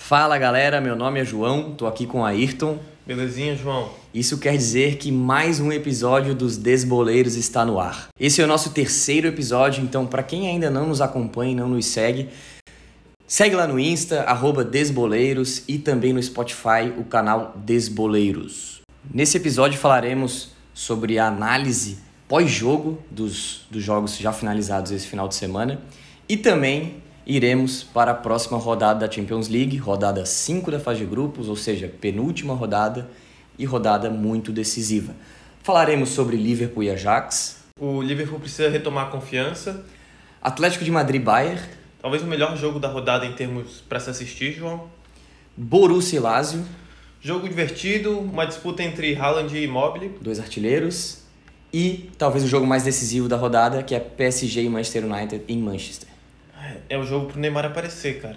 Fala galera, meu nome é João, tô aqui com o Ayrton. Belezinha, João? Isso quer dizer que mais um episódio dos Desboleiros está no ar. Esse é o nosso terceiro episódio, então para quem ainda não nos acompanha e não nos segue, segue lá no Insta, @Desboleiros e também no Spotify, o canal Desboleiros. Nesse episódio falaremos sobre a análise pós-jogo dos jogos já finalizados esse final de semana e também iremos para a próxima rodada da Champions League, rodada 5 da fase de grupos, ou seja, penúltima rodada e rodada muito decisiva. Falaremos sobre Liverpool e Ajax. O Liverpool precisa retomar a confiança. Atlético de Madrid e Bayern. Talvez o melhor jogo da rodada em termos para se assistir, João. Borussia e Lazio. Jogo divertido, uma disputa entre Haaland e Immobile. 2 artilheiros. E talvez o jogo mais decisivo da rodada, que é PSG e Manchester United em Manchester. É o jogo pro Neymar aparecer, cara.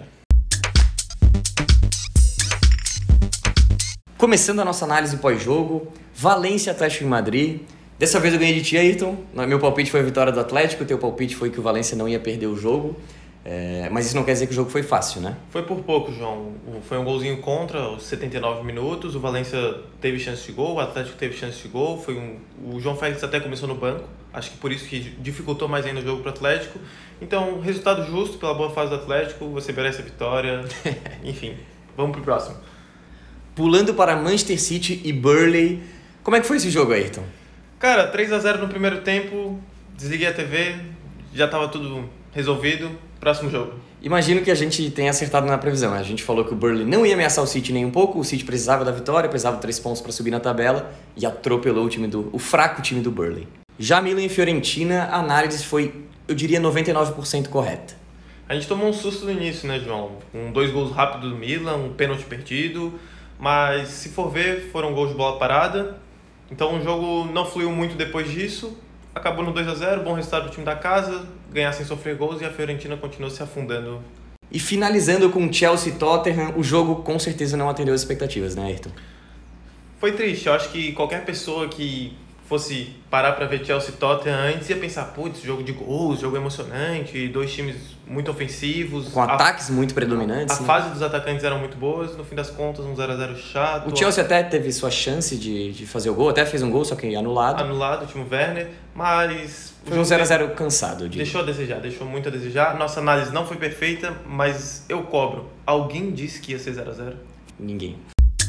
Começando a nossa análise pós-jogo, Valência e Atlético de Madrid. Dessa vez eu ganhei de ti, Ayrton. Meu palpite foi a vitória do Atlético, teu palpite foi que o Valência não ia perder o jogo. Mas isso não quer dizer que o jogo foi fácil, né? Foi por pouco, João. Foi um golzinho contra aos 79 minutos. O Valência teve chance de gol, o Atlético teve chance de gol. O João Félix até começou no banco. Acho que por isso que dificultou mais ainda o jogo para o Atlético. Então, resultado justo pela boa fase do Atlético. Você merece a vitória. Enfim, vamos pro próximo. Pulando para Manchester City e Burnley. Como é que foi esse jogo, Ayrton? Cara, 3-0 no primeiro tempo. Desliguei a TV. Já estava tudo resolvido. Próximo jogo. Imagino que a gente tenha acertado na previsão. A gente falou que o Burnley não ia ameaçar o City nem um pouco. O City precisava da vitória, precisava de 3 pontos para subir na tabela e atropelou o fraco time do Burnley. Já Milan e Fiorentina, a análise foi, eu diria, 99% correta. A gente tomou um susto no início, né, João? Com 2 gols rápidos do Milan, um pênalti perdido. Mas, se for ver, foram gols de bola parada. Então, o jogo não fluiu muito depois disso. Acabou no 2-0, bom resultado do time da casa, ganhar sem sofrer gols e a Fiorentina continuou se afundando. E finalizando com Chelsea e Tottenham, o jogo com certeza não atendeu as expectativas, né, Ayrton? Foi triste, eu acho que qualquer pessoa que fosse parar para ver Chelsea e Tottenham antes ia pensar, putz, jogo de gols, jogo emocionante, 2 times muito ofensivos. Com ataques muito predominantes. A fase dos atacantes eram muito boas, no fim das contas um 0-0 chato. O Chelsea até teve sua chance de fazer o gol, até fez um gol, só que anulado. Anulado, o Timo Werner, mas... Foi um 0-0 cansado, eu diria. Deixou muito a desejar. Nossa análise não foi perfeita, mas eu cobro. Alguém disse que ia ser 0-0? Ninguém.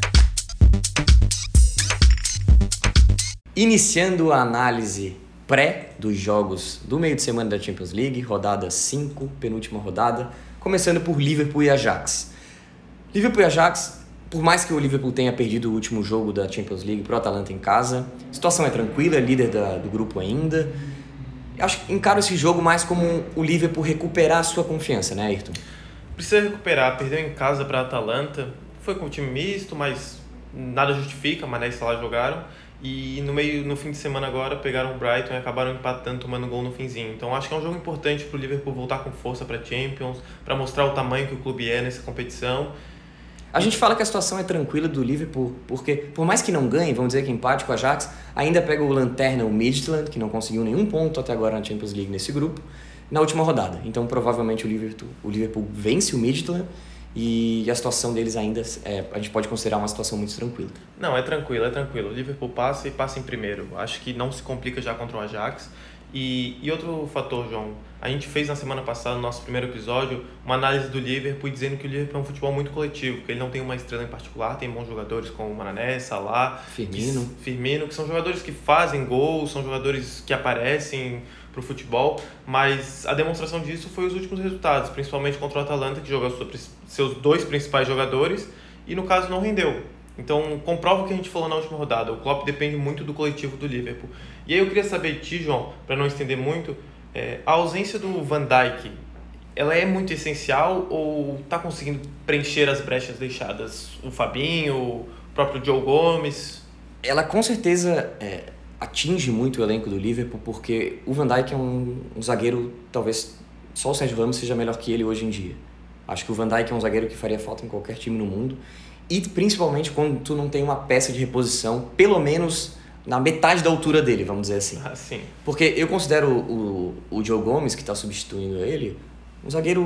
Iniciando a análise pré dos jogos do meio de semana da Champions League, rodada 5, penúltima rodada, começando por Liverpool e Ajax. Liverpool e Ajax, por mais que o Liverpool tenha perdido o último jogo da Champions League pro Atalanta em casa, a situação é tranquila, é líder do grupo ainda. Acho que encaro esse jogo mais como o Liverpool recuperar a sua confiança, né, Ayrton? Precisa recuperar, perdeu em casa para a Atalanta, foi com o time misto, mas nada justifica, Mané e Salah jogaram. E no fim de semana agora, pegaram o Brighton e acabaram empatando, tomando gol no finzinho. Então acho que é um jogo importante para o Liverpool voltar com força para a Champions, para mostrar o tamanho que o clube é nessa competição. A gente fala que a situação é tranquila do Liverpool, porque por mais que não ganhe, vamos dizer que empate com o Ajax, ainda pega o lanterna, o Midtjylland, que não conseguiu nenhum ponto até agora na Champions League nesse grupo, na última rodada. Então provavelmente o Liverpool vence o Midtjylland e a situação deles ainda, a gente pode considerar uma situação muito tranquila. Não, é tranquilo. O Liverpool passa e passa em primeiro. Acho que não se complica já contra o Ajax. E outro fator, João, a gente fez na semana passada, no nosso primeiro episódio, uma análise do Liverpool dizendo que o Liverpool é um futebol muito coletivo, que ele não tem uma estrela em particular, tem bons jogadores como Mané, Salah, Firmino, que são jogadores que fazem gols, são jogadores que aparecem pro futebol, mas a demonstração disso foi os últimos resultados, principalmente contra o Atalanta, que jogou seus 2 principais jogadores e no caso não rendeu. Então, comprova o que a gente falou na última rodada. O Klopp depende muito do coletivo do Liverpool. E aí eu queria saber de ti, João, para não estender muito, a ausência do Van Dijk, ela é muito essencial ou está conseguindo preencher as brechas deixadas? O Fabinho, o próprio Joe Gomes? Ela com certeza atinge muito o elenco do Liverpool, porque o Van Dijk é um zagueiro, talvez só o Sérgio Ramos seja melhor que ele hoje em dia. Acho que o Van Dijk é um zagueiro que faria falta em qualquer time no mundo. E principalmente quando tu não tem uma peça de reposição, pelo menos na metade da altura dele, vamos dizer assim. Ah, sim. Porque eu considero o Joe Gomes, que está substituindo ele, um zagueiro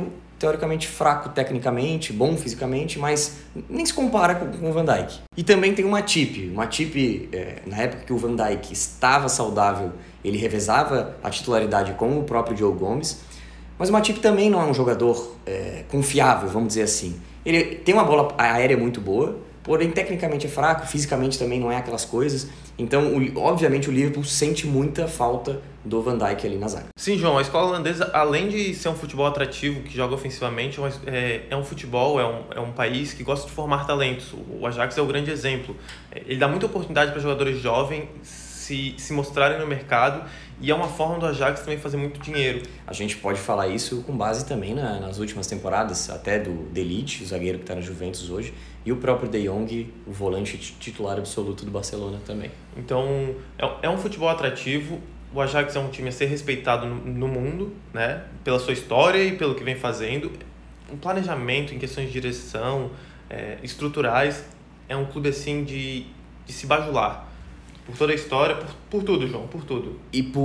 teoricamente fraco tecnicamente, bom fisicamente, mas nem se compara com o Van Dijk. E também tem o Matip. O Matip, na época que o Van Dijk estava saudável, ele revezava a titularidade com o próprio Joe Gomes, mas o Matip também não é um jogador confiável, vamos dizer assim. Ele tem uma bola aérea muito boa, porém tecnicamente é fraco, fisicamente também não é aquelas coisas. Então, obviamente, o Liverpool sente muita falta do Van Dijk ali na zaga. Sim, João, a escola holandesa, além de ser um futebol atrativo, que joga ofensivamente, é um futebol, é um país que gosta de formar talentos. O Ajax é o grande exemplo. Ele dá muita oportunidade para jogadores jovens se mostrarem no mercado, e é uma forma do Ajax também fazer muito dinheiro. A gente pode falar isso com base também nas últimas temporadas, até do De Ligt, o zagueiro que está na Juventus hoje, e o próprio De Jong, o volante titular absoluto do Barcelona também. Então, é um futebol atrativo. O Ajax é um time a ser respeitado no mundo, né? Pela sua história e pelo que vem fazendo. Um planejamento em questões de direção, estruturais, é um clube assim de se bajular. Por toda a história, por tudo, João, por tudo.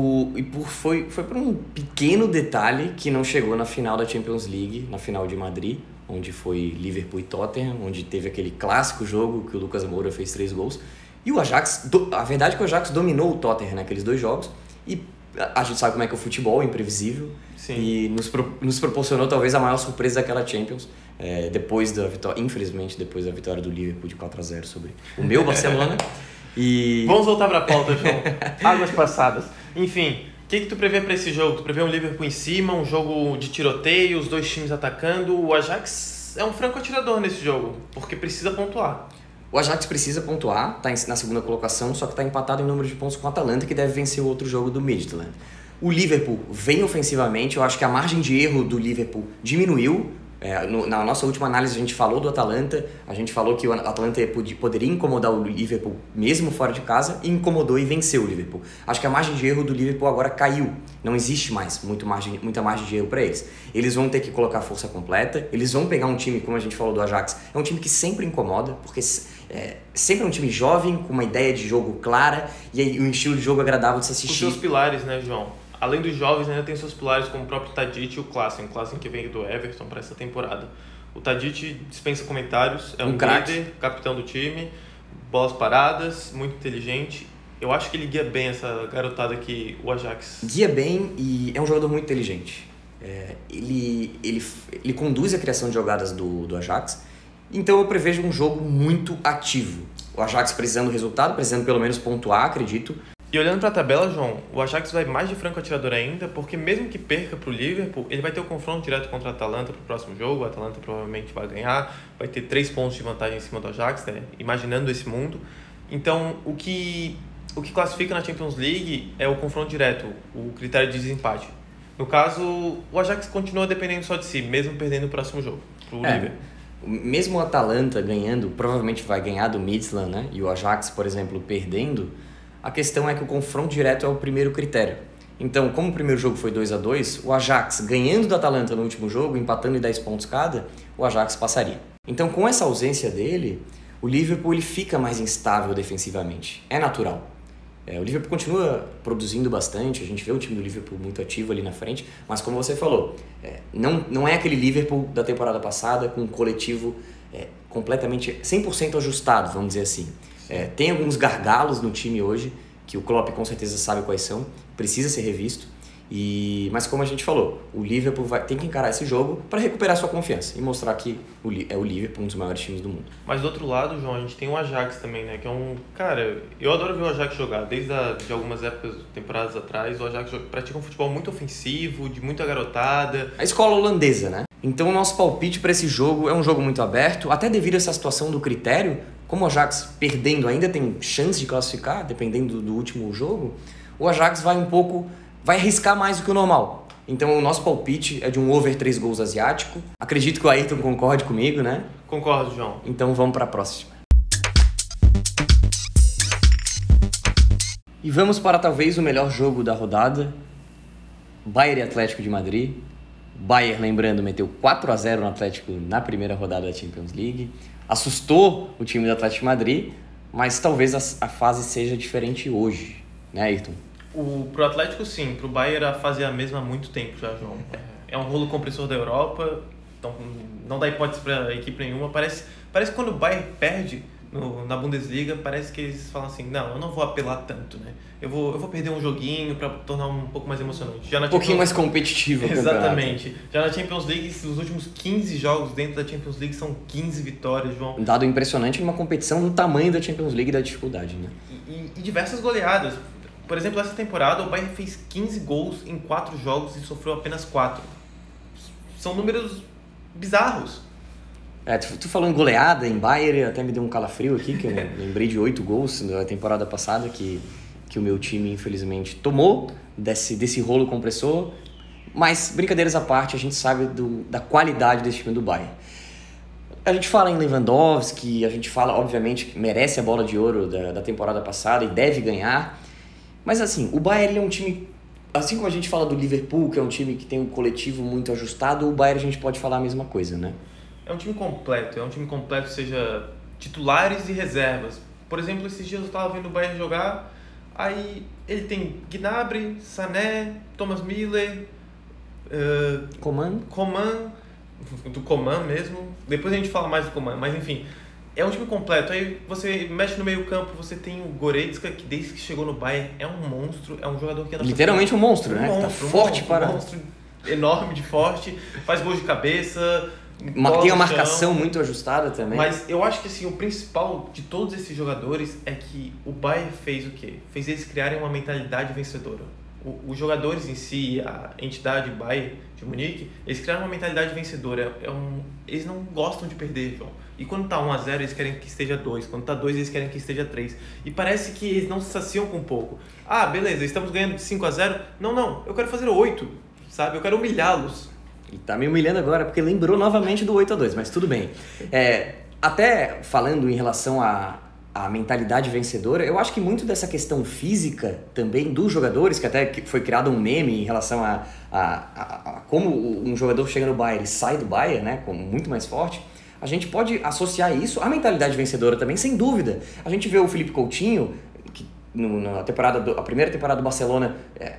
Foi por um pequeno detalhe que não chegou na final da Champions League, na final de Madrid, onde foi Liverpool e Tottenham, onde teve aquele clássico jogo que o Lucas Moura fez 3 gols. E o Ajax, a verdade é que o Ajax dominou o Tottenham naqueles 2 jogos, e a gente sabe como é que é o futebol, é imprevisível. Sim. E nos proporcionou talvez a maior surpresa daquela Champions, depois da vitória, infelizmente, depois da vitória do Liverpool de 4-0 sobre o meu Barcelona. Vamos voltar para a pauta, João. Águas passadas. Enfim, o que tu prevê para esse jogo? Tu prevê um Liverpool em cima, um jogo de tiroteio, os 2 times atacando. O Ajax é um franco atirador nesse jogo, porque precisa pontuar. O Ajax precisa pontuar, está na segunda colocação, só que está empatado em número de pontos com o Atalanta, que deve vencer o outro jogo do Midtjylland. O Liverpool vem ofensivamente, eu acho que a margem de erro do Liverpool diminuiu. Na nossa última análise a gente falou do Atalanta, a gente falou que o Atalanta poderia incomodar o Liverpool mesmo fora de casa, e incomodou e venceu o Liverpool. Acho que a margem de erro do Liverpool agora caiu, não existe mais muita margem de erro para eles. Eles vão ter que colocar força completa, eles vão pegar um time, como a gente falou do Ajax, é um time que sempre incomoda, porque sempre é um time jovem, com uma ideia de jogo clara, e aí um estilo de jogo agradável de se assistir. Os seus pilares, né, João? Além dos jovens, ainda tem seus pilares como o próprio Tadic e o Klaassen que vem do Everton para essa temporada. O Tadic dispensa comentários, é um líder, capitão do time, bolas paradas, muito inteligente. Eu acho que ele guia bem essa garotada aqui, o Ajax. Guia bem e é um jogador muito inteligente. Ele conduz a criação de jogadas do Ajax, então eu prevejo um jogo muito ativo. O Ajax precisando do resultado, precisando pelo menos pontuar, acredito. E olhando para a tabela, João, o Ajax vai mais de franco atirador ainda, porque mesmo que perca para o Liverpool, ele vai ter o confronto direto contra a Atalanta para o próximo jogo. A Atalanta provavelmente vai ganhar, vai ter 3 pontos de vantagem em cima do Ajax, né? Imaginando esse mundo. Então, o que classifica na Champions League é o confronto direto, o critério de desempate. No caso, o Ajax continua dependendo só de si, mesmo perdendo o próximo jogo para o Liverpool. Mesmo o Atalanta ganhando, provavelmente vai ganhar do Midtjylland, né? E o Ajax, por exemplo, perdendo, a questão é que o confronto direto é o primeiro critério. Então, como o primeiro jogo foi 2-2, o Ajax ganhando do Atalanta no último jogo, empatando em 10 pontos cada, o Ajax passaria. Então, com essa ausência dele, o Liverpool ele fica mais instável defensivamente. É natural. O Liverpool continua produzindo bastante, a gente vê o time do Liverpool muito ativo ali na frente, mas como você falou, não é aquele Liverpool da temporada passada com um coletivo completamente 100% ajustado, vamos dizer assim. Tem alguns gargalos no time hoje, que o Klopp com certeza sabe quais são, precisa ser revisto, mas como a gente falou, o Liverpool tem que encarar esse jogo para recuperar sua confiança e mostrar que é o Liverpool um dos maiores times do mundo. Mas do outro lado, João, a gente tem o Ajax também, né? Que é um... Cara, eu adoro ver o Ajax jogar. Desde de algumas épocas, temporadas atrás, o Ajax pratica um futebol muito ofensivo, de muita garotada. A escola holandesa, né? Então o nosso palpite para esse jogo é um jogo muito aberto, até devido a essa situação do critério, como o Ajax perdendo ainda tem chance de classificar, dependendo do último jogo, o Ajax vai arriscar mais do que o normal. Então o nosso palpite é de um over 3 gols asiático. Acredito que o Ayrton concorde comigo, né? Concordo, João. Então vamos para a próxima. E vamos para talvez o melhor jogo da rodada. Bayern e Atlético de Madrid. Bayern, lembrando, meteu 4-0 no Atlético na primeira rodada da Champions League. Assustou o time do Atlético de Madrid, mas talvez a fase seja diferente hoje, né, Ayrton? Pro Atlético, sim. Pro Bayern, a fase é a mesma há muito tempo já, João. É um rolo compressor da Europa. Então não dá hipótese para equipe nenhuma. Parece que quando o Bayern perde na Bundesliga, parece que eles falam assim, não, eu não vou apelar tanto, né? Eu vou perder um joguinho para tornar um pouco mais emocionante. Um pouquinho mais competitivo o campeonato. Exatamente. Já na Champions League, os últimos 15 jogos dentro da Champions League são 15 vitórias, João. Um dado impressionante numa competição do tamanho da Champions League e da dificuldade, né? E diversas goleadas. Por exemplo, essa temporada o Bayern fez 15 gols em 4 jogos e sofreu apenas 4. São números bizarros. Tu falou em goleada, em Bayern, até me deu um calafrio aqui, que eu lembrei de 8 gols na temporada passada que o meu time, infelizmente, tomou desse rolo compressor. Mas, brincadeiras à parte, a gente sabe da qualidade desse time do Bayern. A gente fala em Lewandowski, a gente fala, obviamente, que merece a bola de ouro da temporada passada e deve ganhar. Mas, assim, o Bayern ele é um time... Assim como a gente fala do Liverpool, que é um time que tem um coletivo muito ajustado, o Bayern a gente pode falar a mesma coisa, né? É um time completo, seja titulares e reservas. Por exemplo, esses dias eu estava vendo o Bayern jogar, aí ele tem Gnabry, Sané, Thomas Müller, Coman, do Coman mesmo. Depois a gente fala mais do Coman, mas enfim, é um time completo. Aí você mexe no meio campo, você tem o Goretzka, que desde que chegou no Bayern é um monstro, é um jogador que... Literalmente um monstro, né? Um monstro enorme de forte, faz gols de cabeça... Tem uma marcação muito ajustada também. Mas eu acho que assim, o principal de todos esses jogadores é que o Bayern fez o quê? Fez eles criarem uma mentalidade vencedora. Os jogadores em si, a entidade Bayern de Munique, eles criaram uma mentalidade vencedora. Eles não gostam de perder, João. E quando tá 1-0, eles querem que esteja 2. Quando tá 2, eles querem que esteja 3. E parece que eles não se saciam com pouco. Ah, beleza, estamos ganhando de 5-0. Não, eu quero fazer 8, sabe? Eu quero humilhá-los. E tá me humilhando agora, porque lembrou novamente do 8-2, mas tudo bem. Até falando em relação à mentalidade vencedora, eu acho que muito dessa questão física também dos jogadores, que até foi criado um meme em relação a como um jogador chega no Bayern e sai do Bayern, né, como muito mais forte, a gente pode associar isso à mentalidade vencedora também, sem dúvida. A gente vê o Philippe Coutinho... a primeira temporada do Barcelona,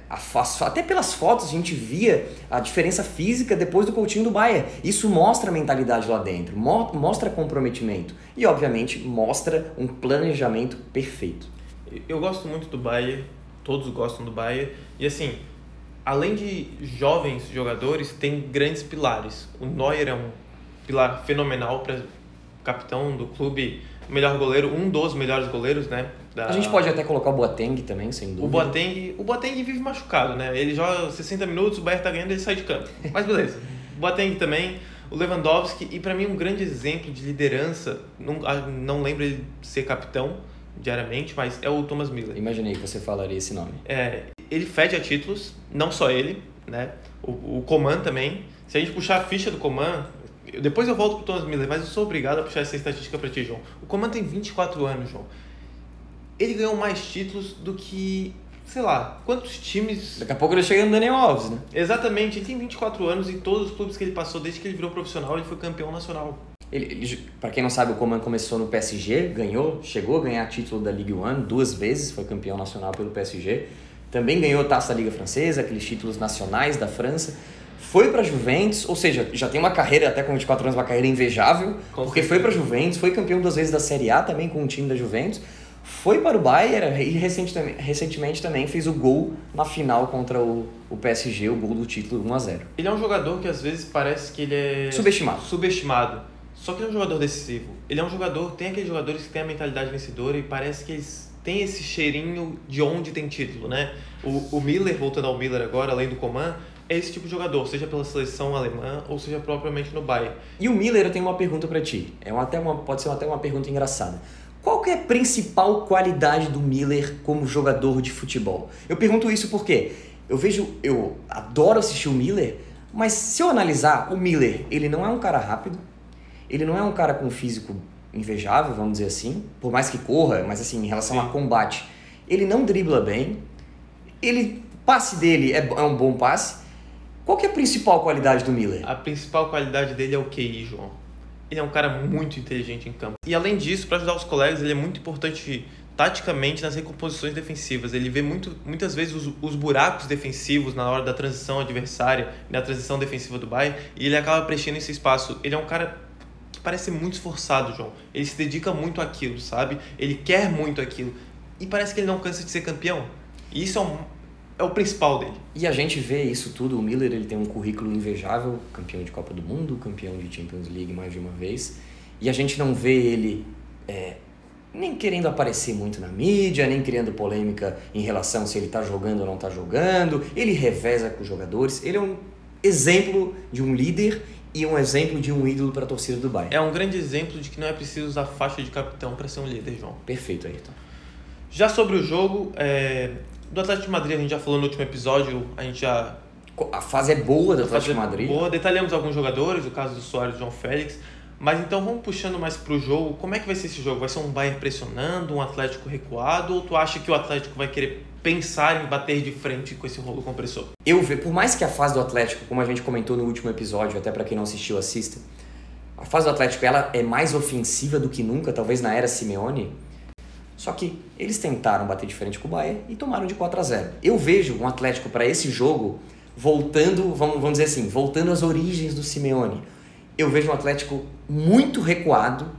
até pelas fotos a gente via a diferença física depois do Coutinho do Bayern. Isso mostra a mentalidade lá dentro, mostra comprometimento e, obviamente, mostra um planejamento perfeito. Eu gosto muito do Bayern, todos gostam do Bayern, e assim, além de jovens jogadores, tem grandes pilares. O Neuer é um pilar fenomenal, capitão do clube, melhor goleiro, um dos melhores goleiros, né? A gente pode até colocar o Boateng também, sem dúvida. O Boateng vive machucado, né? Ele joga 60 minutos, o Bayern tá ganhando, ele sai de campo. Mas beleza. O Boateng também, o Lewandowski, e para mim um grande exemplo de liderança, não lembro ele ser capitão diariamente, mas é o Thomas Müller. Imaginei que você falaria esse nome. Ele fede a títulos, não só ele, né? O Coman também. Se a gente puxar a ficha do Coman, depois eu volto pro Thomas Müller, mas eu sou obrigado a puxar essa estatística para ti, João. O Coman tem 24 anos, João. Ele ganhou mais títulos do que, sei lá, quantos times... Daqui a pouco ele chega no Daniel Alves, né? Exatamente, ele tem 24 anos e todos os clubes que ele passou, desde que ele virou profissional, ele foi campeão nacional. Para quem não sabe, o Coman começou no PSG, chegou a ganhar título da Ligue 1 2 vezes, foi campeão nacional pelo PSG. Também ganhou Taça da Liga Francesa, aqueles títulos nacionais da França. Foi para a Juventus, ou seja, já tem uma carreira, até com 24 anos, uma carreira invejável, porque foi para a Juventus, foi campeão 2 vezes da Série A também com o time da Juventus. Foi para o Bayern e recentemente também fez o gol na final contra o PSG, o gol do título 1-0. Ele é um jogador que às vezes parece que ele é... Subestimado. Só que ele é um jogador decisivo. Ele é um jogador, tem aqueles jogadores que têm a mentalidade vencedora e parece que eles têm esse cheirinho de onde tem título, né? O Müller, voltando ao Müller agora, além do Coman, é esse tipo de jogador, seja pela seleção alemã ou seja propriamente no Bayern. E o Müller, eu tenho uma pergunta para ti. Pode ser até uma pergunta engraçada. Qual que é a principal qualidade do Müller como jogador de futebol? Eu pergunto isso porque eu adoro assistir o Müller, mas se eu analisar, o Müller, ele não é um cara rápido, ele não é um cara com físico invejável, vamos dizer assim, por mais que corra, mas assim, em relação a combate, ele não dribla bem, passe dele é um bom passe. Qual que é a principal qualidade do Müller? A principal qualidade dele é o QI, João. Ele é um cara muito inteligente em campo. E além disso, para ajudar os colegas, ele é muito importante taticamente nas recomposições defensivas. Ele vê muitas vezes os buracos defensivos na hora da transição adversária, na transição defensiva do Bayern, e ele acaba preenchendo esse espaço. Ele é um cara que parece ser muito esforçado, João. Ele se dedica muito àquilo, sabe? Ele quer muito aquilo. E parece que ele não cansa de ser campeão. E isso é o principal dele. E a gente vê isso tudo. O Miller, ele tem um currículo invejável, campeão de Copa do Mundo, campeão de Champions League mais de uma vez. E a gente não vê ele nem querendo aparecer muito na mídia, nem criando polêmica em relação se ele está jogando ou não está jogando. Ele reveza com os jogadores. Ele é um exemplo de um líder e um exemplo de um ídolo para a torcida do Bayern. É um grande exemplo de que não é preciso usar faixa de capitão para ser um líder, João. Perfeito, Ayrton. Já sobre o jogo, do Atlético de Madrid, a gente já falou no último episódio, A fase é boa do Atlético de Madrid. Boa, detalhamos alguns jogadores, o caso do Suárez e do João Félix, mas então vamos puxando mais pro jogo. Como é que vai ser esse jogo? Vai ser um Bayern pressionando, um Atlético recuado, ou tu acha que o Atlético vai querer pensar em bater de frente com esse rolo compressor? Por mais que a fase do Atlético, como a gente comentou no último episódio, até para quem não assistiu, assista, a fase do Atlético ela é mais ofensiva do que nunca, talvez na era Simeone. Só que eles tentaram bater de frente com o Bayern e tomaram de 4-0. Eu vejo um Atlético para esse jogo voltando, vamos dizer assim, voltando às origens do Simeone. Eu vejo um Atlético muito recuado,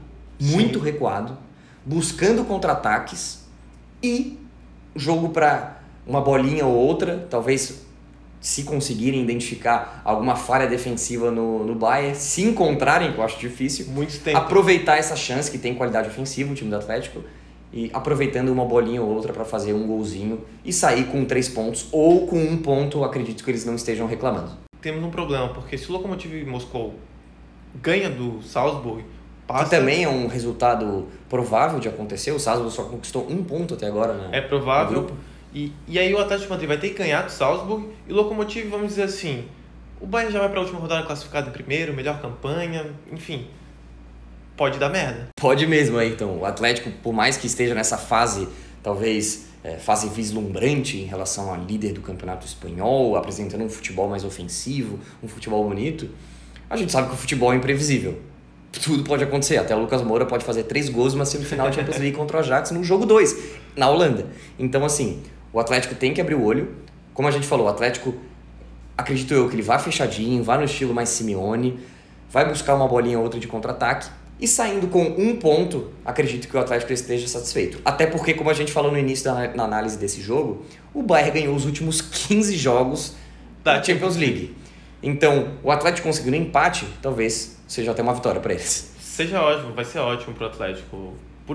buscando contra-ataques e jogo para uma bolinha ou outra, talvez se conseguirem identificar alguma falha defensiva no Bayern, se encontrarem, que eu acho difícil, aproveitar essa chance que tem qualidade ofensiva o time do Atlético, e aproveitando uma bolinha ou outra para fazer um golzinho e sair com 3 pontos ou com 1 ponto, acredito que eles não estejam reclamando. Temos um problema, porque se o Lokomotiv Moscou ganha do Salzburg, passa... Que também é um resultado provável de acontecer, o Salzburg só conquistou 1 ponto até agora, né? É provável, e aí o Atlético de Madrid vai ter que ganhar do Salzburg, e o Lokomotiv, vamos dizer assim, o Bayern já vai para a última rodada classificado em primeiro, melhor campanha, enfim... Pode dar merda. Pode mesmo, então. O Atlético, por mais que esteja nessa fase, talvez fase vislumbrante em relação a líder do campeonato espanhol, apresentando um futebol mais ofensivo, um futebol bonito, a gente sabe que o futebol é imprevisível. Tudo pode acontecer. Até o Lucas Moura pode fazer 3 gols numa semifinal de Champions League contra o Ajax no jogo 2, na Holanda. Então, assim, o Atlético tem que abrir o olho. Como a gente falou, o Atlético, acredito eu, que ele vai fechadinho, vai no estilo mais Simeone, vai buscar uma bolinha ou outra de contra-ataque. E saindo com 1 ponto, acredito que o Atlético esteja satisfeito. Até porque, como a gente falou no início na análise desse jogo, o Bayern ganhou os últimos 15 jogos da Champions League. Então, o Atlético conseguindo um empate, talvez seja até uma vitória para eles. Seja ótimo, vai ser ótimo para o Atlético.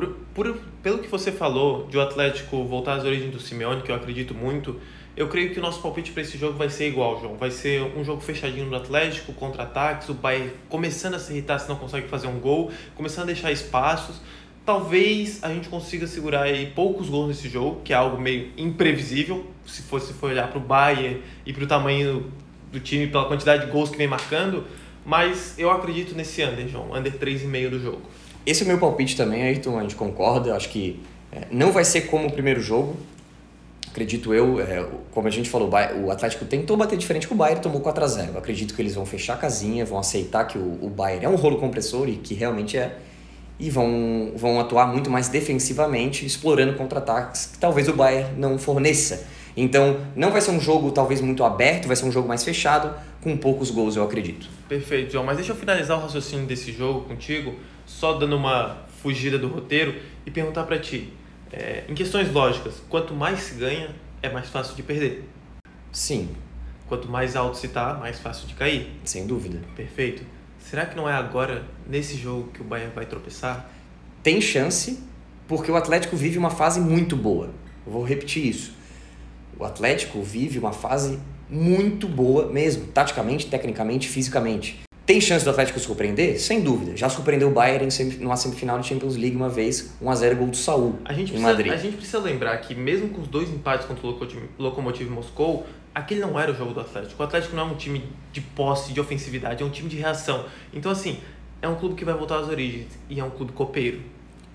Pelo que você falou de o Atlético voltar às origens do Simeone, que eu acredito muito, eu creio que o nosso palpite para esse jogo vai ser igual, João. Vai ser um jogo fechadinho do Atlético, contra-ataques, o Bayern começando a se irritar se não consegue fazer um gol, começando a deixar espaços. Talvez a gente consiga segurar aí poucos gols nesse jogo, que é algo meio imprevisível, se for olhar para o Bayern e para o tamanho do time, pela quantidade de gols que vem marcando, mas eu acredito nesse under, João, under 3,5 do jogo. Esse é o meu palpite também, Ayrton, a gente concorda, acho que não vai ser como o primeiro jogo. Acredito eu, como a gente falou, o Atlético tentou bater de frente com o Bayern e tomou 4-0. Eu acredito que eles vão fechar a casinha, vão aceitar que o Bayern é um rolo compressor e que realmente é, e vão atuar muito mais defensivamente, explorando contra-ataques que talvez o Bayern não forneça. Então, não vai ser um jogo talvez muito aberto, vai ser um jogo mais fechado, com poucos gols, eu acredito. Perfeito, João. Mas deixa eu finalizar o raciocínio desse jogo contigo, só dando uma fugida do roteiro e perguntar para ti. Em questões lógicas, quanto mais se ganha, é mais fácil de perder. Sim. Quanto mais alto se tá, mais fácil de cair. Sem dúvida. Perfeito. Será que não é agora, nesse jogo, que o Bayern vai tropeçar? Tem chance, porque o Atlético vive uma fase muito boa. Eu vou repetir isso. O Atlético vive uma fase muito boa mesmo, taticamente, tecnicamente, fisicamente. Tem chance do Atlético surpreender? Sem dúvida. Já surpreendeu o Bayern numa semifinal de Champions League uma vez, 1-0 gol do Saúl em Madrid. A gente precisa lembrar que mesmo com os 2 empates contra o Lokomotiv Moscou, aquele não era o jogo do Atlético. O Atlético não é um time de posse, de ofensividade, é um time de reação. Então, assim, é um clube que vai voltar às origens e é um clube copeiro.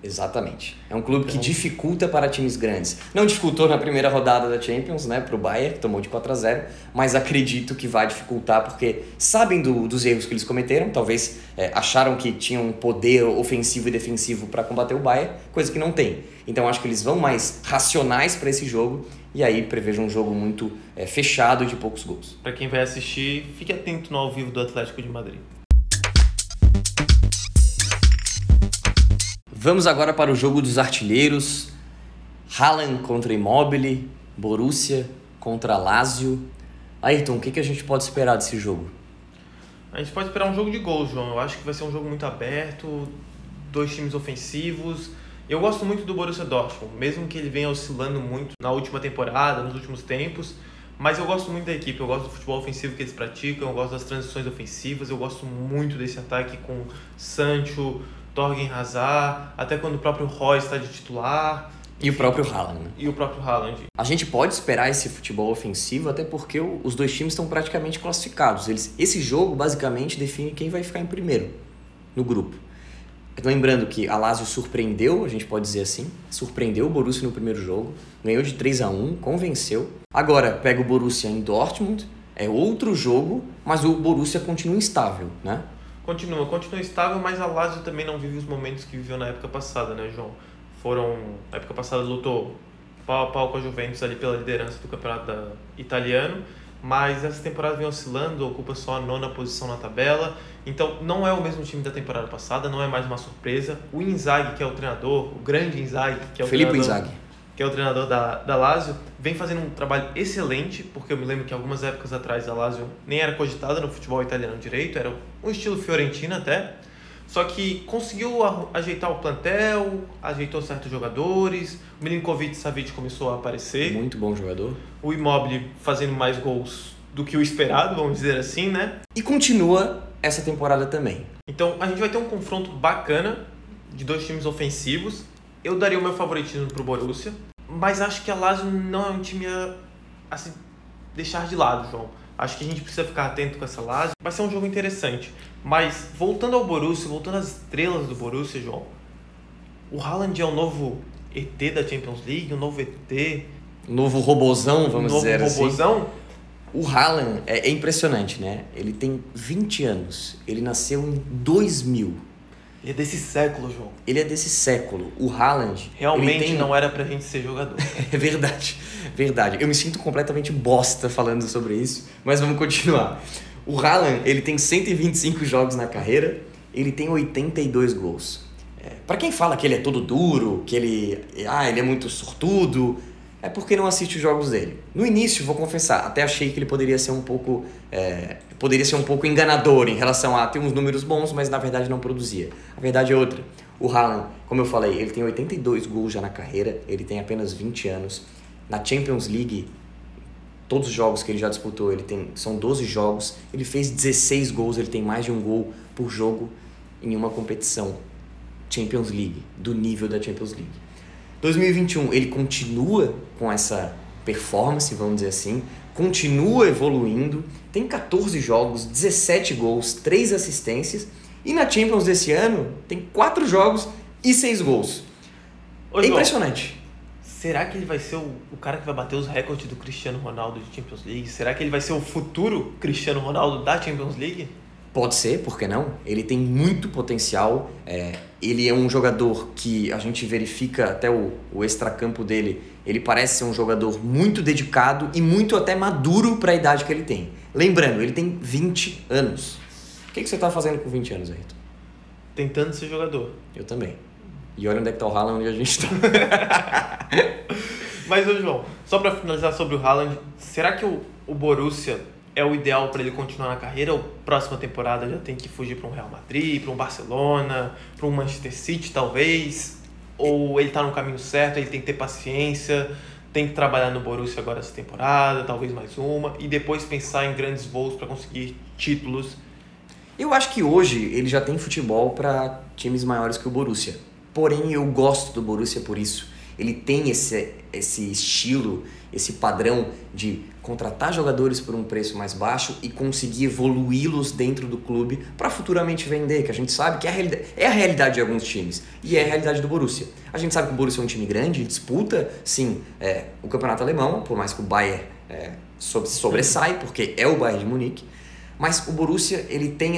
Exatamente. É um clube que dificulta para times grandes. Não dificultou na primeira rodada da Champions, né, para o Bayern, que tomou de 4-0, mas acredito que vai dificultar porque sabem dos erros que eles cometeram, talvez acharam que tinham um poder ofensivo e defensivo para combater o Bayern, coisa que não tem. Então acho que eles vão mais racionais para esse jogo e aí prevejo um jogo muito fechado de poucos gols. Para quem vai assistir, fique atento no ao vivo do Atlético de Madrid. Vamos agora para o jogo dos artilheiros. Haaland contra Immobile, Borussia contra Lazio. Ayrton, o que a gente pode esperar desse jogo? A gente pode esperar um jogo de gols, João. Eu acho que vai ser um jogo muito aberto, 2 times ofensivos. Eu gosto muito do Borussia Dortmund, mesmo que ele venha oscilando muito na última temporada, nos últimos tempos. Mas eu gosto muito da equipe, eu gosto do futebol ofensivo que eles praticam, eu gosto das transições ofensivas, eu gosto muito desse ataque com Sancho, Torgen Hazard, até quando o próprio Roy está de titular. E o próprio Haaland, né? E o próprio Haaland. A gente pode esperar esse futebol ofensivo até porque os 2 times estão praticamente classificados. Esse jogo basicamente define quem vai ficar em primeiro no grupo. Lembrando que a Lazio surpreendeu, a gente pode dizer assim, surpreendeu o Borussia no primeiro jogo, ganhou de 3-1, convenceu. Agora pega o Borussia em Dortmund, é outro jogo, mas o Borussia continua instável, né? Continua estável, mas a Lazio também não vive os momentos que viveu na época passada, né, João? Na época passada lutou pau a pau com a Juventus ali pela liderança do campeonato italiano, mas essa temporada vem oscilando, ocupa só a 9ª posição na tabela, então não é o mesmo time da temporada passada, não é mais uma surpresa. O Inzaghi, que é o treinador, o grande Inzaghi, que é o Felipe treinador, Inzaghi, que é o treinador da Lazio, vem fazendo um trabalho excelente, porque eu me lembro que algumas épocas atrás a Lazio nem era cogitada no futebol italiano direito, era um estilo Fiorentina até, só que conseguiu ajeitar o plantel, ajeitou certos jogadores, o Milinkovic-Savic começou a aparecer. Muito bom jogador. O Immobile fazendo mais gols do que o esperado, vamos dizer assim, né? E continua essa temporada também. Então a gente vai ter um confronto bacana de 2 times ofensivos. Eu daria o meu favoritismo pro Borussia, mas acho que a Lazio não é um time a se deixar de lado, João. Acho que a gente precisa ficar atento com essa Lazio. Vai ser um jogo interessante. Mas, voltando ao Borussia, voltando às estrelas do Borussia, João, o Haaland é o novo ET da Champions League, o novo ET... O novo robozão, vamos dizer assim. O novo robozão? O Haaland é impressionante, né? Ele tem 20 anos. Ele nasceu em 2000. Ele é desse século, João. Ele é desse século. O Haaland... Realmente não era pra gente ser jogador. É verdade, verdade. Eu me sinto completamente bosta falando sobre isso, mas vamos continuar. O Haaland, ele tem 125 jogos na carreira, ele tem 82 gols. Pra quem fala que ele é todo duro, que ele é muito sortudo, é porque não assiste os jogos dele. No início, vou confessar, até achei que ele poderia ser um pouco enganador em relação a ter uns números bons, mas na verdade não produzia. A verdade é outra. O Haaland, como eu falei, ele tem 82 gols já na carreira, ele tem apenas 20 anos. Na Champions League, todos os jogos que ele já disputou, são 12 jogos, ele fez 16 gols, ele tem mais de um gol por jogo em uma competição Champions League, do nível da Champions League. 2021, ele continua com essa performance, vamos dizer assim, continua evoluindo, tem 14 jogos, 17 gols, 3 assistências, e na Champions desse ano tem 4 jogos e 6 gols. É impressionante. Será que ele vai ser o cara que vai bater os recordes do Cristiano Ronaldo de Champions League? Será que ele vai ser o futuro Cristiano Ronaldo da Champions League? Pode ser, por que não? Ele tem muito potencial, ele é um jogador que a gente verifica até o extracampo dele, ele parece ser um jogador muito dedicado e muito até maduro para a idade que ele tem. Lembrando, ele tem 20 anos. O que você está fazendo com 20 anos, Ayrton? Tentando ser jogador. Eu também. E olha onde é que tá o Haaland, onde a gente tá. Mas, João, só para finalizar sobre o Haaland, será que o Borussia é o ideal para ele continuar na carreira, ou próxima temporada já tem que fugir para um Real Madrid, para um Barcelona, para um Manchester City talvez? Ou ele está no caminho certo, ele tem que ter paciência, tem que trabalhar no Borussia agora essa temporada, talvez mais uma, e depois pensar em grandes voos para conseguir títulos? Eu acho que hoje ele já tem futebol para times maiores que o Borussia. Porém, eu gosto do Borussia por isso. ele tem esse estilo, esse padrão de contratar jogadores por um preço mais baixo e conseguir evoluí-los dentro do clube para futuramente vender, que a gente sabe que é a realidade de alguns times e é a realidade do Borussia. A gente sabe que o Borussia é um time grande, disputa, sim, o campeonato alemão, por mais que o Bayern sobressai, porque é o Bayern de Munique, mas o Borussia ele tem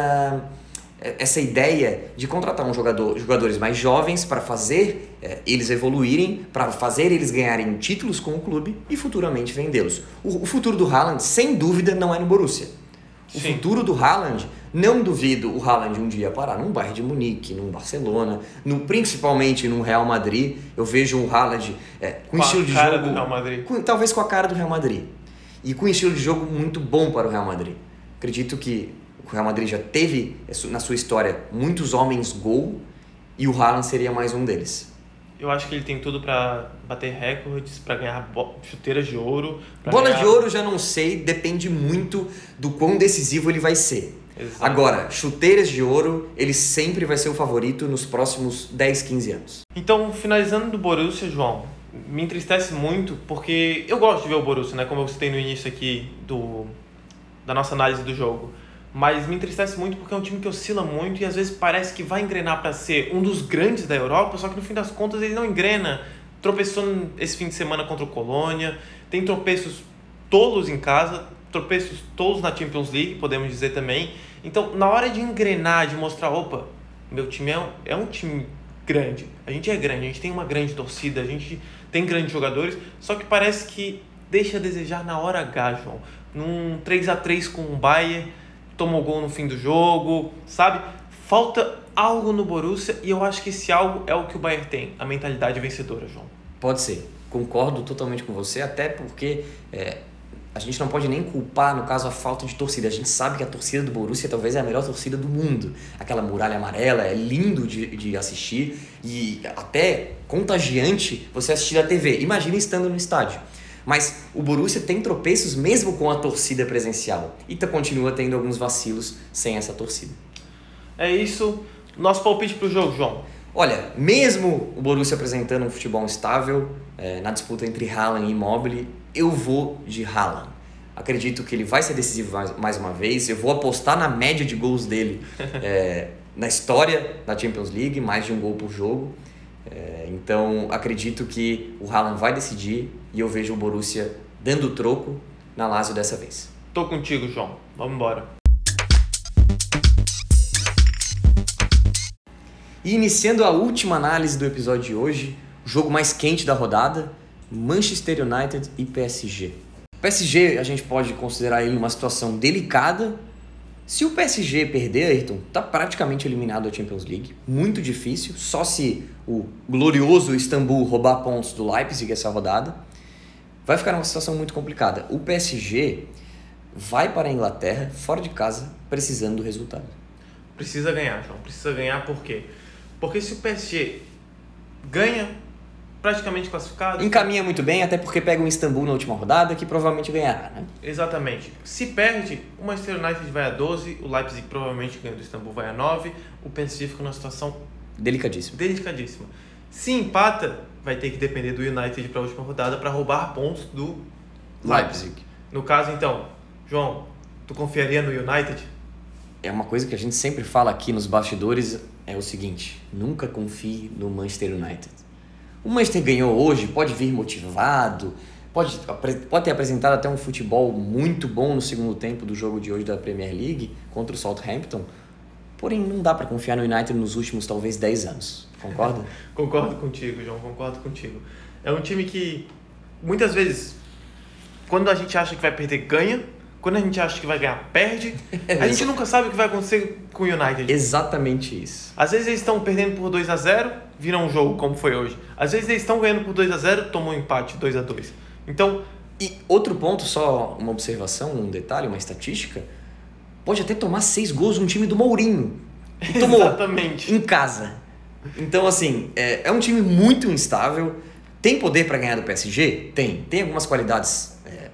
essa ideia de contratar jogadores mais jovens para fazer eles evoluírem, para fazer eles ganharem títulos com o clube e futuramente vendê-los. O futuro do Haaland, sem dúvida, não é no Borussia. O Sim. futuro do Haaland, não duvido o Haaland um dia parar num Bayern de Munique, num Barcelona, principalmente num Real Madrid. Eu vejo o Haaland com estilo de jogo... do Real Madrid. Talvez com a cara do Real Madrid. E com um estilo de jogo muito bom para o Real Madrid. Acredito que o Real Madrid já teve, na sua história, muitos homens gol e o Haaland seria mais um deles. Eu acho que ele tem tudo para bater recordes, para ganhar chuteiras de ouro. Bola de ouro já não sei, depende muito do quão decisivo ele vai ser. Exato. Agora, chuteiras de ouro, ele sempre vai ser o favorito nos próximos 10, 15 anos. Então, finalizando do Borussia, João, me entristece muito porque eu gosto de ver o Borussia, né? Como eu citei no início aqui da nossa análise do jogo. Mas me entristece muito porque é um time que oscila muito e às vezes parece que vai engrenar para ser um dos grandes da Europa, só que no fim das contas ele não engrena. Tropeçou esse fim de semana contra o Colônia, tem tropeços tolos em casa, tropeços tolos na Champions League, podemos dizer também. Então, na hora de engrenar, de mostrar, opa, meu time é um time grande, a gente é grande, a gente tem uma grande torcida, a gente tem grandes jogadores, só que parece que deixa a desejar na hora H, João. Num 3-3 com o Bayern, tomou gol no fim do jogo, sabe? Falta algo no Borussia e eu acho que esse algo é o que o Bayern tem, a mentalidade vencedora, João. Pode ser, concordo totalmente com você, até porque a gente não pode nem culpar, no caso, a falta de torcida. A gente sabe que a torcida do Borussia talvez é a melhor torcida do mundo. Aquela muralha amarela é lindo de assistir e até contagiante você assistir na TV. Imagina estando no estádio. Mas o Borussia tem tropeços mesmo com a torcida presencial e continua tendo alguns vacilos sem essa torcida. É isso. Nosso palpite pro jogo, João. Olha, mesmo o Borussia apresentando um futebol instável na disputa entre Haaland e Immobile, eu vou de Haaland. Acredito que ele vai ser decisivo mais uma vez. Eu vou apostar na média de gols dele na história da Champions League, mais de um gol por jogo. Então, acredito que o Haaland vai decidir e eu vejo o Borussia dando troco na Lazio dessa vez. Tô contigo, João. Vamos embora. E iniciando a última análise do episódio de hoje, o jogo mais quente da rodada, Manchester United e PSG. O PSG, a gente pode considerar ele uma situação delicada. Se o PSG perder, Ayrton, está praticamente eliminado da Champions League. Muito difícil, só se o glorioso Istambul roubar pontos do Leipzig essa rodada. Vai ficar numa situação muito complicada. O PSG vai para a Inglaterra, fora de casa, precisando do resultado. Precisa ganhar, João. Precisa ganhar por quê? Porque se o PSG ganha, praticamente classificado... Encaminha muito bem, até porque pega um Istambul na última rodada, que provavelmente ganhará, né? Exatamente. Se perde, o Manchester United vai a 12, o Leipzig provavelmente ganha do Istambul, vai a 9, o PSG fica numa situação delicadíssima. Se empata, vai ter que depender do United para a última rodada para roubar pontos do Leipzig. No caso, então, João, tu confiaria no United? É uma coisa que a gente sempre fala aqui nos bastidores, é o seguinte: nunca confie no Manchester United. O Manchester ganhou hoje, pode vir motivado, pode ter apresentado até um futebol muito bom no segundo tempo do jogo de hoje da Premier League contra o Southampton, porém não dá para confiar no United nos últimos talvez 10 anos, concorda? Concordo contigo, João, concordo contigo. É um time que muitas vezes, quando a gente acha que vai perder, ganha. Quando a gente acha que vai ganhar, perde. A gente nunca sabe o que vai acontecer com o United. Exatamente isso. Às vezes eles estão perdendo por 2-0, viram um jogo como foi hoje. Às vezes eles estão ganhando por 2-0, tomam um empate 2-2. Então, e outro ponto, só uma observação, um detalhe, uma estatística, pode até tomar 6 gols um time do Mourinho. E tomou exatamente. Em casa. Então, assim, é um time muito instável. Tem poder para ganhar do PSG? Tem. Tem algumas qualidades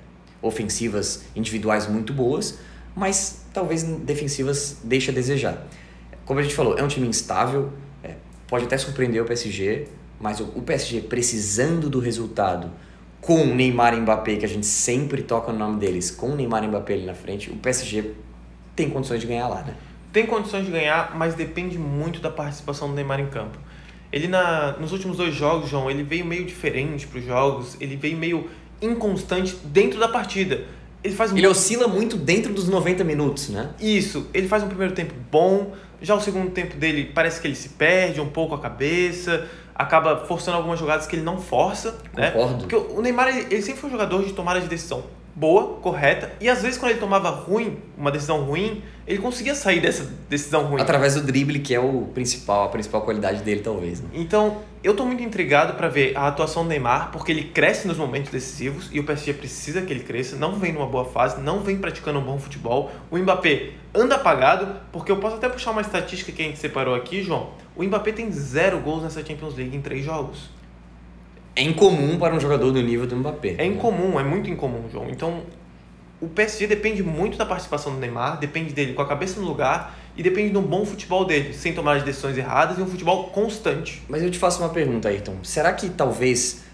ofensivas individuais muito boas, mas talvez defensivas deixe a desejar. Como a gente falou, é um time instável, pode até surpreender o PSG, mas o PSG precisando do resultado, com Neymar e Mbappé, que a gente sempre toca no nome deles, com Neymar e Mbappé ali na frente, o PSG tem condições de ganhar lá, né? Tem condições de ganhar, mas depende muito da participação do Neymar em campo. Ele nos últimos 2 jogos, João, ele veio meio diferente para os jogos, ele veio meio inconstante dentro da partida. Ele oscila muito dentro dos 90 minutos, né? Isso, ele faz um primeiro tempo bom, já o segundo tempo dele parece que ele se perde um pouco a cabeça, acaba forçando algumas jogadas que ele não força. Concordo. Né? Porque o Neymar, ele sempre foi um jogador de tomada de decisão boa, correta, e às vezes quando ele tomava uma decisão ruim, ele conseguia sair dessa decisão ruim. Através do drible, que é a principal qualidade dele, talvez. Né? Então, eu tô muito intrigado para ver a atuação do Neymar, porque ele cresce nos momentos decisivos, e o PSG precisa que ele cresça, não vem numa boa fase, não vem praticando um bom futebol. O Mbappé anda apagado, porque eu posso até puxar uma estatística que a gente separou aqui, João. O Mbappé tem 0 gols nessa Champions League em 3 jogos. É incomum para um jogador do nível do Mbappé. É incomum, é muito incomum, João. Então, o PSG depende muito da participação do Neymar, depende dele com a cabeça no lugar e depende de um bom futebol dele, sem tomar as decisões erradas e um futebol constante. Mas eu te faço uma pergunta, Ayrton. Será que talvez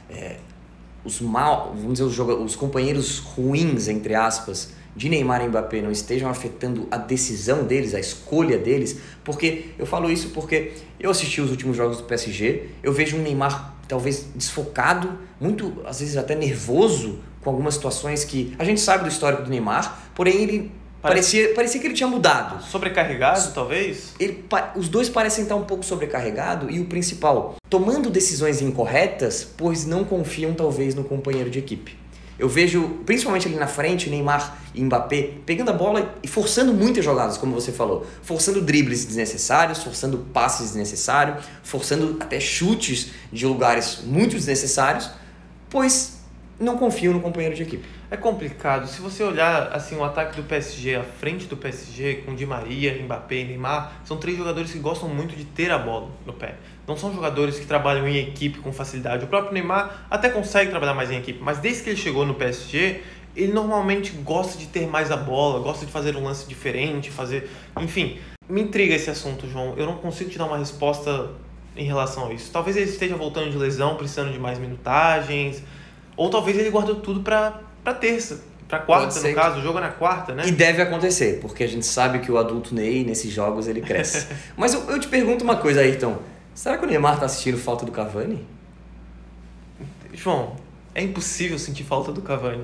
os companheiros ruins, entre aspas, de Neymar e Mbappé não estejam afetando a decisão deles, a escolha deles? Porque eu falo isso porque eu assisti os últimos jogos do PSG, eu vejo um Neymar talvez desfocado, muito, às vezes até nervoso com algumas situações que a gente sabe do histórico do Neymar, porém ele parecia que ele tinha mudado. Sobrecarregado, talvez? Os dois parecem estar um pouco sobrecarregados e o principal, tomando decisões incorretas, pois não confiam talvez no companheiro de equipe. Eu vejo, principalmente ali na frente, Neymar e Mbappé pegando a bola e forçando muitas jogadas, como você falou. Forçando dribles desnecessários, forçando passes desnecessários, forçando até chutes de lugares muito desnecessários, pois não confiam no companheiro de equipe. É complicado. Se você olhar assim, o ataque do PSG, a frente do PSG, com Di Maria, Mbappé e Neymar, são 3 jogadores que gostam muito de ter a bola no pé. Não são jogadores que trabalham em equipe com facilidade. O próprio Neymar até consegue trabalhar mais em equipe, mas desde que ele chegou no PSG, ele normalmente gosta de ter mais a bola, gosta de fazer um lance diferente, Enfim, me intriga esse assunto, João. Eu não consigo te dar uma resposta em relação a isso. Talvez ele esteja voltando de lesão, precisando de mais minutagens, ou talvez ele guardou tudo para terça, para quarta, no caso, o jogo é na quarta, né? E deve acontecer, porque a gente sabe que o adulto Ney, nesses jogos, ele cresce. Mas eu te pergunto uma coisa, Ayrton. Será que o Neymar tá sentindo falta do Cavani? João, é impossível sentir falta do Cavani.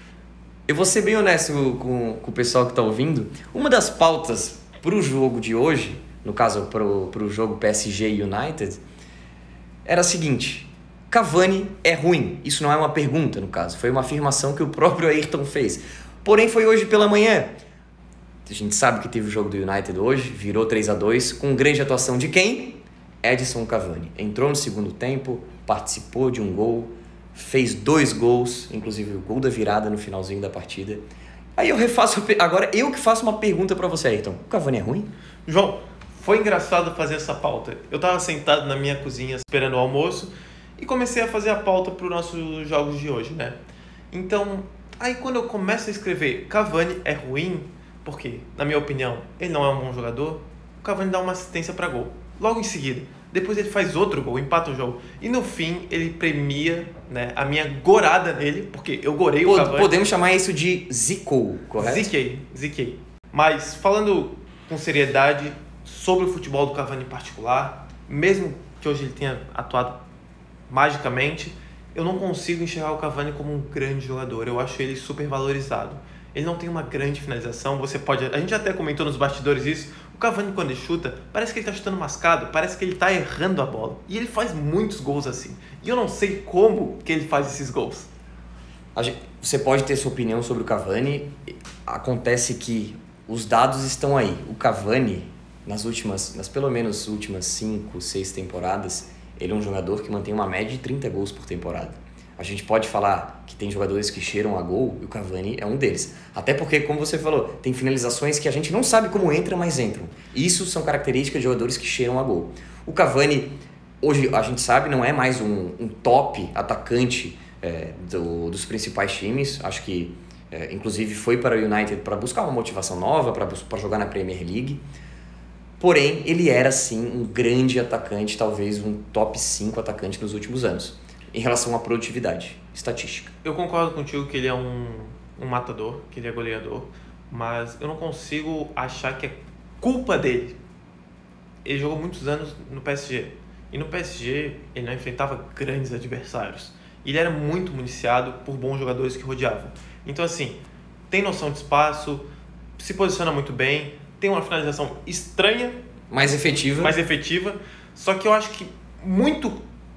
Eu vou ser bem honesto com o pessoal que tá ouvindo. Uma das pautas pro jogo de hoje, no caso pro jogo PSG e United, era a seguinte: Cavani é ruim. Isso não é uma pergunta, no caso. Foi uma afirmação que o próprio Ayrton fez. Porém, foi hoje pela manhã. A gente sabe que teve o jogo do United hoje, virou 3-2, com grande atuação de quem? Edinson Cavani. Entrou no segundo tempo, participou de um gol, fez 2 gols, inclusive o gol da virada no finalzinho da partida. Aí agora eu que faço uma pergunta pra você, Ayrton. O Cavani é ruim? João, foi engraçado fazer essa pauta. Eu tava sentado na minha cozinha esperando o almoço e comecei a fazer a pauta para os nossos jogos de hoje, né? Então, aí quando eu começo a escrever Cavani é ruim, porque, na minha opinião, ele não é um bom jogador, o Cavani dá uma assistência para gol. Logo em seguida, depois ele faz outro gol, empata o jogo. E no fim, ele premia, né, a minha gorada nele, porque eu gorei o Cavani. Podemos chamar isso de zicou, correto? Ziquei. Mas, falando com seriedade sobre o futebol do Cavani em particular, mesmo que hoje ele tenha atuado magicamente, eu não consigo enxergar o Cavani como um grande jogador. Eu acho ele super valorizado. Ele não tem uma grande finalização. A gente até comentou nos bastidores isso. O Cavani, quando ele chuta, parece que ele está chutando mascado, parece que ele está errando a bola. E ele faz muitos gols assim. E eu não sei como que ele faz esses gols. Você pode ter sua opinião sobre o Cavani. Acontece que os dados estão aí. O Cavani, nas pelo menos últimas 5, 6 temporadas, ele é um jogador que mantém uma média de 30 gols por temporada. A gente pode falar que tem jogadores que cheiram a gol e o Cavani é um deles. Até porque, como você falou, tem finalizações que a gente não sabe como entra, mas entram. Isso são características de jogadores que cheiram a gol. O Cavani, hoje a gente sabe, não é mais um top atacante dos principais times. Acho que, inclusive, foi para o United para buscar uma motivação nova, para jogar na Premier League. Porém, ele era sim um grande atacante, talvez um top 5 atacante nos últimos anos, em relação à produtividade estatística. Eu concordo contigo que ele é um matador, que ele é goleador, mas eu não consigo achar que é culpa dele. Ele jogou muitos anos no PSG, e no PSG ele não enfrentava grandes adversários. Ele era muito municiado por bons jogadores que rodeavam. Então assim, tem noção de espaço, se posiciona muito bem, tem uma finalização estranha, mais efetiva, só que eu acho que muito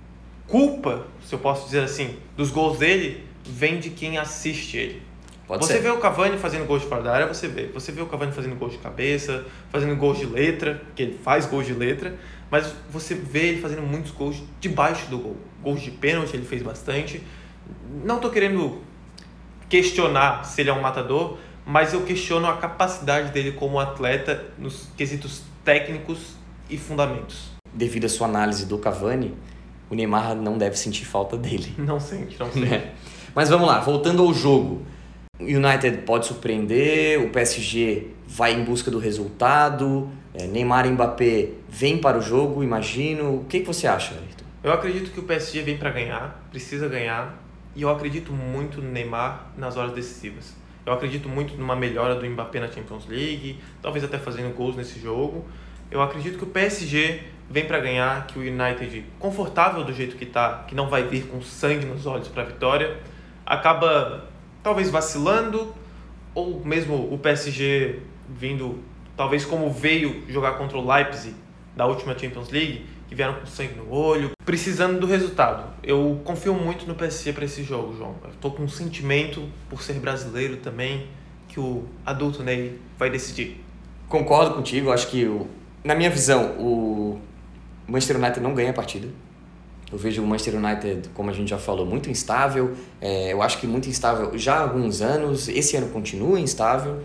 culpa, se eu posso dizer assim, dos gols dele vem de quem assiste ele. Você vê o Cavani fazendo gols de fora da área, você vê o Cavani fazendo gols de cabeça, fazendo gols de letra, que ele faz gols de letra, mas você vê ele fazendo muitos gols debaixo do gol. Gols de pênalti ele fez bastante. Não tô querendo questionar se ele é um matador, mas eu questiono a capacidade dele como atleta nos quesitos técnicos e fundamentos. Devido à sua análise do Cavani, o Neymar não deve sentir falta dele. Não sente. Mas vamos lá, voltando ao jogo. O United pode surpreender, o PSG vai em busca do resultado, Neymar e Mbappé vêm para o jogo, imagino. O que você acha, Ayrton? Eu acredito que o PSG vem para ganhar, precisa ganhar, e eu acredito muito no Neymar nas horas decisivas. Eu acredito muito numa melhora do Mbappé na Champions League, talvez até fazendo gols nesse jogo. Eu acredito que o PSG vem para ganhar, que o United, confortável do jeito que está, que não vai vir com sangue nos olhos para a vitória, acaba talvez vacilando, ou mesmo o PSG vindo, talvez como veio jogar contra o Leipzig da última Champions League, que vieram com sangue no olho, precisando do resultado. Eu confio muito no PSG para esse jogo, João. Eu estou com um sentimento, por ser brasileiro também, que o adulto Ney vai decidir. Concordo contigo, acho que, na minha visão, o Manchester United não ganha a partida. Eu vejo o Manchester United, como a gente já falou, muito instável. Eu acho que muito instável já há alguns anos. Esse ano continua instável.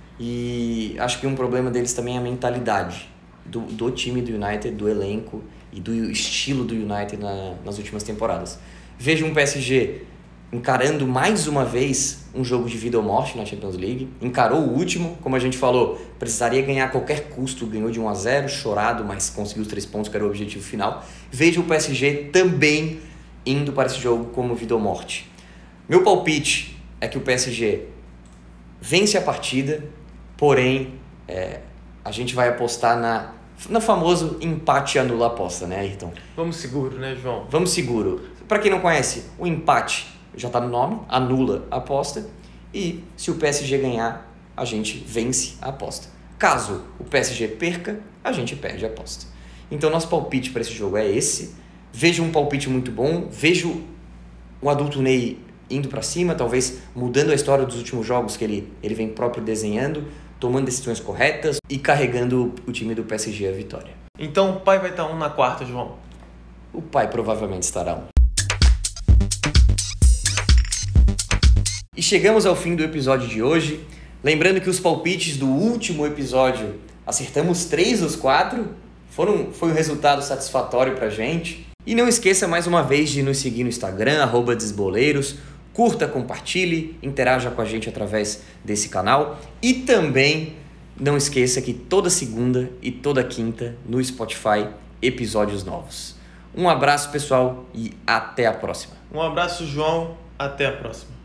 E acho que um problema deles também é a mentalidade do time do United, do elenco e do estilo do United nas últimas temporadas. Vejo um PSG encarando mais uma vez um jogo de vida ou morte na Champions League. Encarou o último, como a gente falou, precisaria ganhar a qualquer custo. Ganhou de 1-0, chorado, mas conseguiu os 3 pontos, que era o objetivo final. Vejo o PSG também indo para esse jogo como vida ou morte. Meu palpite é que o PSG vence a partida, porém a gente vai apostar no famoso empate anula aposta, né, Ayrton? Vamos seguro, né, João? Vamos seguro. Para quem não conhece, o empate já está no nome, anula a aposta, e se o PSG ganhar, a gente vence a aposta. Caso o PSG perca, a gente perde a aposta. Então nosso palpite para esse jogo é esse. Vejo um palpite muito bom, vejo o adulto Ney indo para cima, talvez mudando a história dos últimos jogos que ele vem próprio desenhando, tomando decisões corretas e carregando o time do PSG à vitória. Então o pai vai estar 1 na quarta, João? O pai provavelmente estará 1. E chegamos ao fim do episódio de hoje. Lembrando que os palpites do último episódio, acertamos 3 dos 4. Foi um resultado satisfatório pra gente. E não esqueça mais uma vez de nos seguir no Instagram, @desboleiros. Curta, compartilhe, interaja com a gente através desse canal. E também não esqueça que toda segunda e toda quinta no Spotify, episódios novos. Um abraço, pessoal, e até a próxima. Um abraço, João. Até a próxima.